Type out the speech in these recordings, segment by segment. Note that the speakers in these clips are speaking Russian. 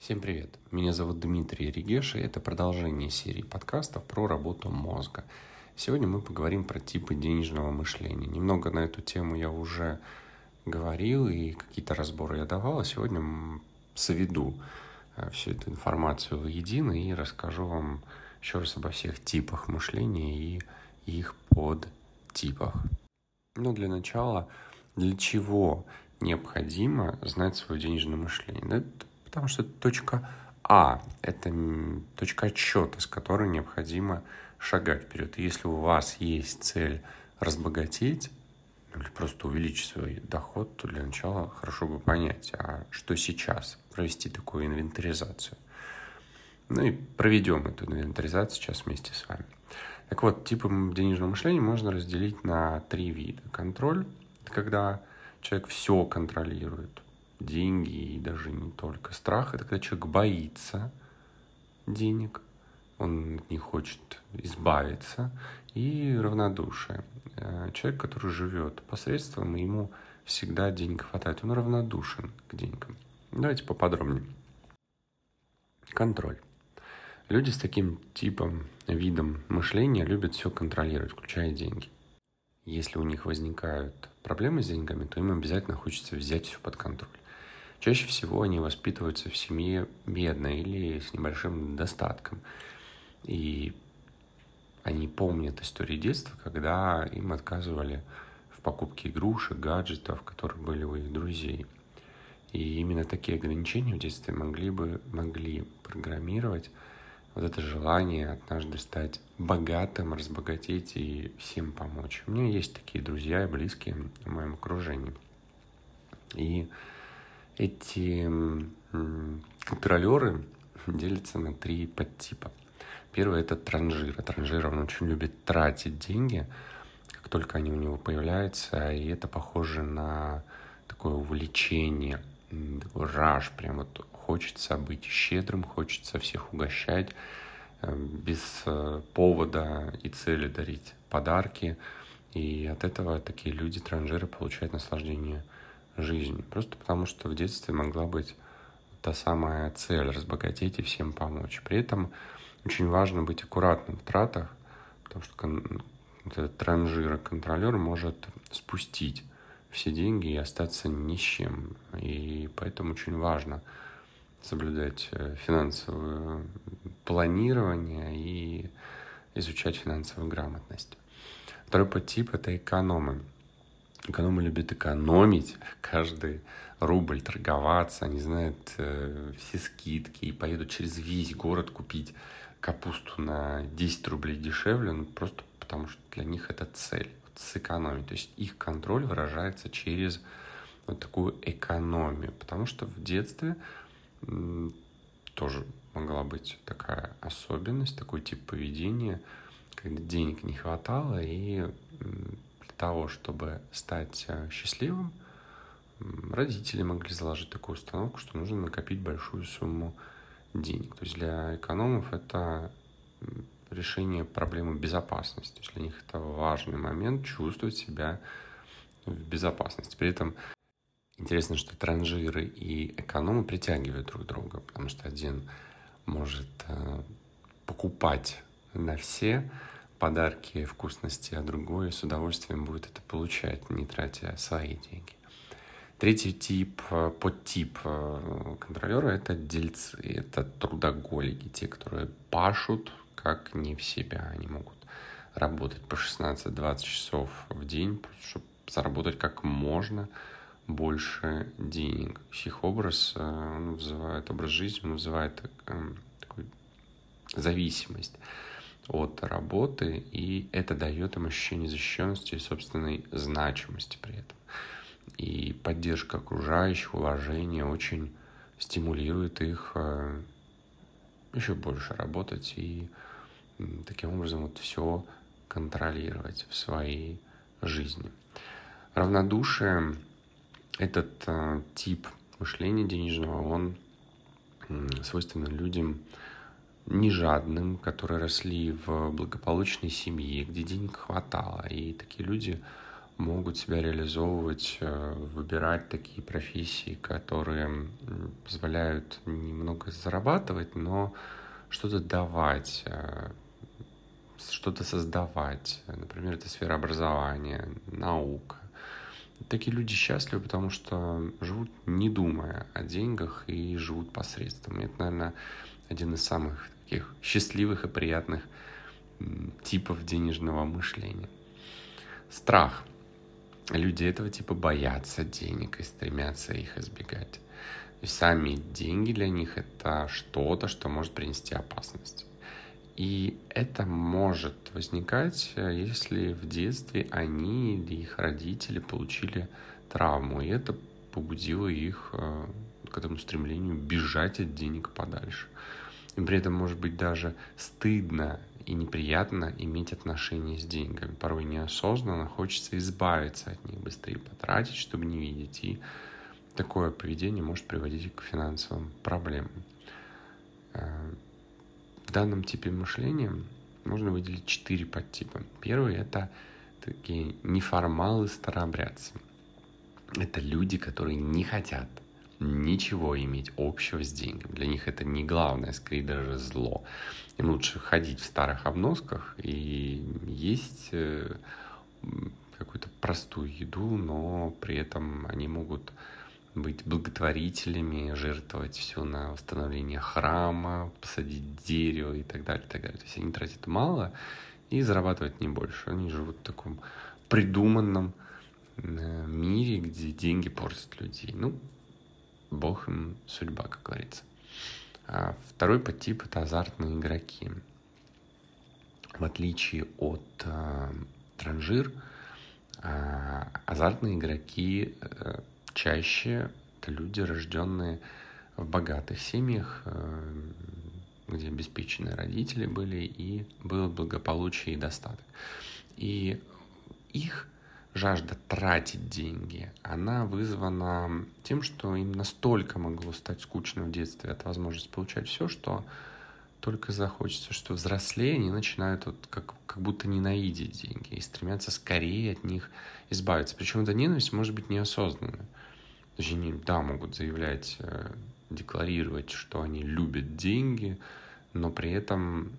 Всем привет! Меня зовут Дмитрий Регеш, и это продолжение серии подкастов про работу мозга. Сегодня мы поговорим про типы денежного мышления. Немного на эту тему я уже говорил, и какие-то разборы я давал, а сегодня сведу всю эту информацию воедино и расскажу вам еще раз обо всех типах мышления и их подтипах. Но для начала, для чего необходимо знать свое денежное мышление? Да, потому что это точка А, это точка отсчета, с которой необходимо шагать вперед. И если у вас есть цель разбогатеть, или просто увеличить свой доход, то для начала хорошо бы понять, а что сейчас, провести такую инвентаризацию. Ну и проведем эту инвентаризацию сейчас вместе с вами. Так вот, типы денежного мышления можно разделить на 3 вида. Контроль – это когда человек все контролирует, деньги и даже не только. Страх – это когда человек боится денег, он от них хочет избавиться. И равнодушие. Человек, который живет посредством, и ему всегда денег хватает, он равнодушен к деньгам. Давайте поподробнее. Контроль. Люди с таким типом, видом мышления любят все контролировать, включая деньги. Если у них возникают проблемы с деньгами, то им обязательно хочется взять все под контроль. Чаще всего они воспитываются в семье бедной или с небольшим достатком. И они помнят истории детства, когда им отказывали в покупке игрушек, гаджетов, которые были у их друзей. И именно такие ограничения в детстве могли программировать вот это желание однажды стать богатым, разбогатеть и всем помочь. У меня есть такие друзья и близкие в моем окружении. И эти контролеры делятся на 3 подтипа. Первый – это транжир. Транжир, он очень любит тратить деньги, как только они у него появляются, и это похоже на такое увлечение, такой раж, прям вот хочется быть щедрым, хочется всех угощать, без повода и цели дарить подарки. И от этого такие люди, транжиры, получают наслаждение жизнью. Просто потому, что в детстве могла быть та самая цель – разбогатеть и всем помочь. При этом очень важно быть аккуратным в тратах, потому что этот транжир-контролер может спустить все деньги и остаться ни с чем. И поэтому очень важно соблюдать финансовое планирование и изучать финансовую грамотность. Второй подтип – это экономы. Экономы любят экономить каждый рубль, торговаться, они знают все скидки и поедут через весь город купить капусту на 10 рублей дешевле, просто потому что для них это цель – сэкономить. То есть их контроль выражается через вот такую экономию, потому что в детстве тоже могла быть такая особенность, такой тип поведения, когда денег не хватало, и для того, чтобы стать счастливым, родители могли заложить такую установку, что нужно накопить большую сумму денег. То есть для экономов это решение проблемы безопасности. То есть для них это важный момент чувствовать себя в безопасности. При этом интересно, что транжиры и экономы притягивают друг друга, потому что один может покупать на все подарки, вкусности, а другой с удовольствием будет это получать, не тратя свои деньги. Третий тип, подтип контролера – это дельцы, это трудоголики, те, которые пашут как не в себя. Они могут работать по 16-20 часов в день, чтобы заработать как можно больше денег. Их образ жизни, он вызывает такую зависимость от работы, и это дает им ощущение защищенности и собственной значимости при этом. И поддержка окружающих, уважение очень стимулирует их еще больше работать и таким образом вот все контролировать в своей жизни. Равнодушие, этот тип мышления денежного, он свойственен людям не жадным, которые росли в благополучной семье, где денег хватало. И такие люди могут себя реализовывать, выбирать такие профессии, которые позволяют немного зарабатывать, но что-то давать, что-то создавать. Например, это сфера образования, наука. Такие люди счастливы, потому что живут не думая о деньгах и живут посредством. И это, наверное, один из самых таких счастливых и приятных типов денежного мышления. Страх. Люди этого типа боятся денег и стремятся их избегать. И сами деньги для них — это что-то, что может принести опасность. И это может возникать, если в детстве они или их родители получили травму, и это побудило их к этому стремлению бежать от денег подальше. И при этом может быть даже стыдно и неприятно иметь отношения с деньгами. Порой неосознанно хочется избавиться от них, быстрее потратить, чтобы не видеть. И такое поведение может приводить к финансовым проблемам. В данном типе мышления можно выделить 4 подтипа. Первый — это такие неформалы-старообрядцы. Это люди, которые не хотят ничего иметь общего с деньгами. Для них это не главное, скорее даже зло. Им лучше ходить в старых обносках и есть какую-то простую еду, но при этом они могут быть благотворителями, жертвовать все на восстановление храма, посадить дерево и так далее, и так далее. То есть они тратят мало и зарабатывают не больше. Они живут в таком придуманном мире, где деньги портят людей. Ну, Бог им судьба, как говорится. А второй подтип — это азартные игроки. В отличие от транжир, азартные игроки чаще это люди, рожденные в богатых семьях, где обеспеченные родители были, и было благополучие и достаток. И их жажда тратить деньги, она вызвана тем, что им настолько могло стать скучно в детстве от возможности получать все, что только захочется, что взрослее они начинают как будто ненавидеть деньги и стремятся скорее от них избавиться. Причем эта ненависть может быть неосознанной. То есть они, да, могут заявлять, декларировать, что они любят деньги, но при этом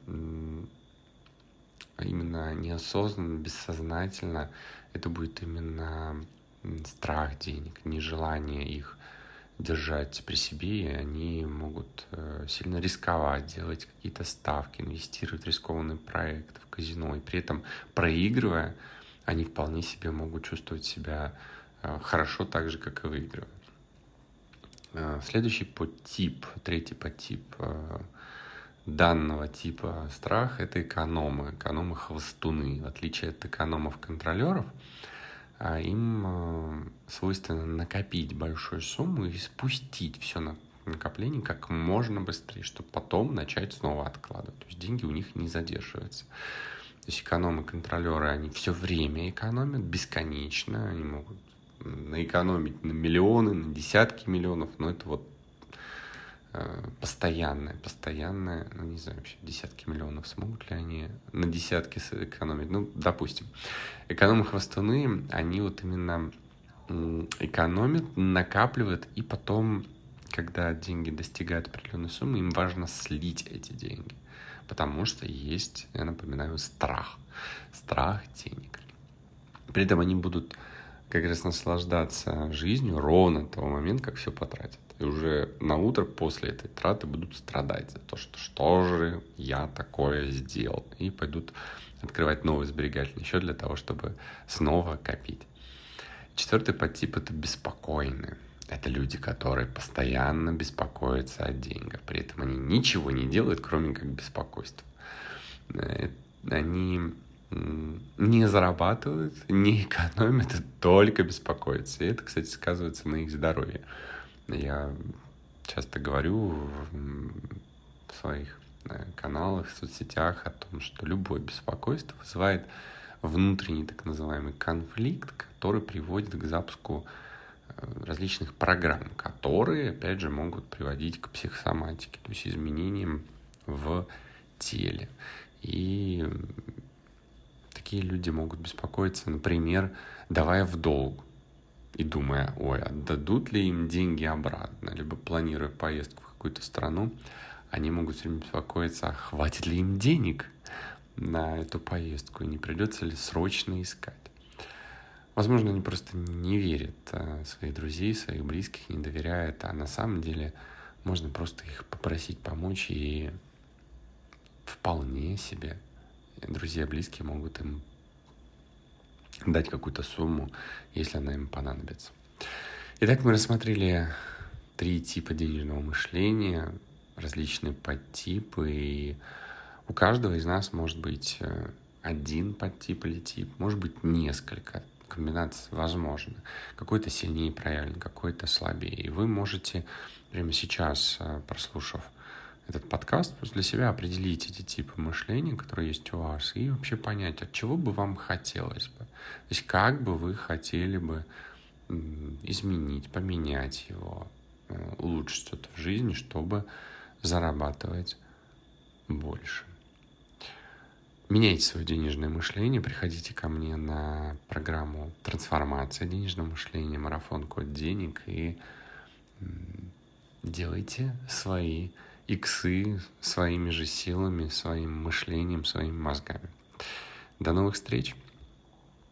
именно неосознанно, бессознательно это будет именно страх денег, нежелание их держать при себе, и они могут сильно рисковать, делать какие-то ставки, инвестировать в рискованный проект, в казино, и при этом, проигрывая, они вполне себе могут чувствовать себя хорошо так же, как и выигрывая. Следующий подтип, третий подтип данного типа страха — это экономы-хвостуны. В отличие от экономов-контролеров, им свойственно накопить большую сумму и спустить все накопление как можно быстрее, чтобы потом начать снова откладывать. То есть деньги у них не задерживаются. То есть экономы-контролеры, они все время экономят, бесконечно. Они могут наэкономить на миллионы, на десятки миллионов, но это вот постоянное, ну не знаю, вообще десятки миллионов смогут ли они на десятки сэкономить, ну, допустим. Экономы-хвостуны, они вот именно экономят, накапливают, и потом, когда деньги достигают определенной суммы, им важно слить эти деньги, потому что есть, я напоминаю, страх денег. При этом они будут как раз наслаждаться жизнью ровно до того момента, как все потратят. И уже на утро после этой траты будут страдать за то, что же я такое сделал. И пойдут открывать новый сберегательный счет для того, чтобы снова копить. Четвертый подтип — это беспокойные. Это люди, которые постоянно беспокоятся о деньгах. При этом они ничего не делают, кроме как беспокойства. Они не зарабатывают, не экономят, а только беспокоятся. И это, кстати, сказывается на их здоровье. Я часто говорю в своих каналах, в соцсетях о том, что любое беспокойство вызывает внутренний так называемый конфликт, который приводит к запуску различных программ, которые, опять же, могут приводить к психосоматике, то есть изменениям в теле. И Такие люди могут беспокоиться, например, давая в долг и думая, ой, отдадут ли им деньги обратно, либо планируя поездку в какую-то страну, они могут все время беспокоиться, а хватит ли им денег на эту поездку, и не придется ли срочно искать. Возможно, они просто не верят в своих друзей, своих близких, не доверяют, а на самом деле можно просто их попросить помочь, и вполне себе друзья, близкие могут им дать какую-то сумму, если она им понадобится. Итак, мы рассмотрели 3 типа денежного мышления, различные подтипы, и у каждого из нас может быть один подтип или тип, может быть несколько комбинаций возможно. Какой-то сильнее проявлен, какой-то слабее. И вы можете прямо сейчас, прослушав этот подкаст, для себя определить эти типы мышления, которые есть у вас, и вообще понять, от чего бы вам хотелось бы. То есть как бы вы хотели бы изменить, поменять его, улучшить что-то в жизни, чтобы зарабатывать больше. Меняйте свое денежное мышление, приходите ко мне на программу «Трансформация денежного мышления», марафон «Код денег» и делайте свои иксы своими же силами, своим мышлением, своими мозгами. До новых встреч!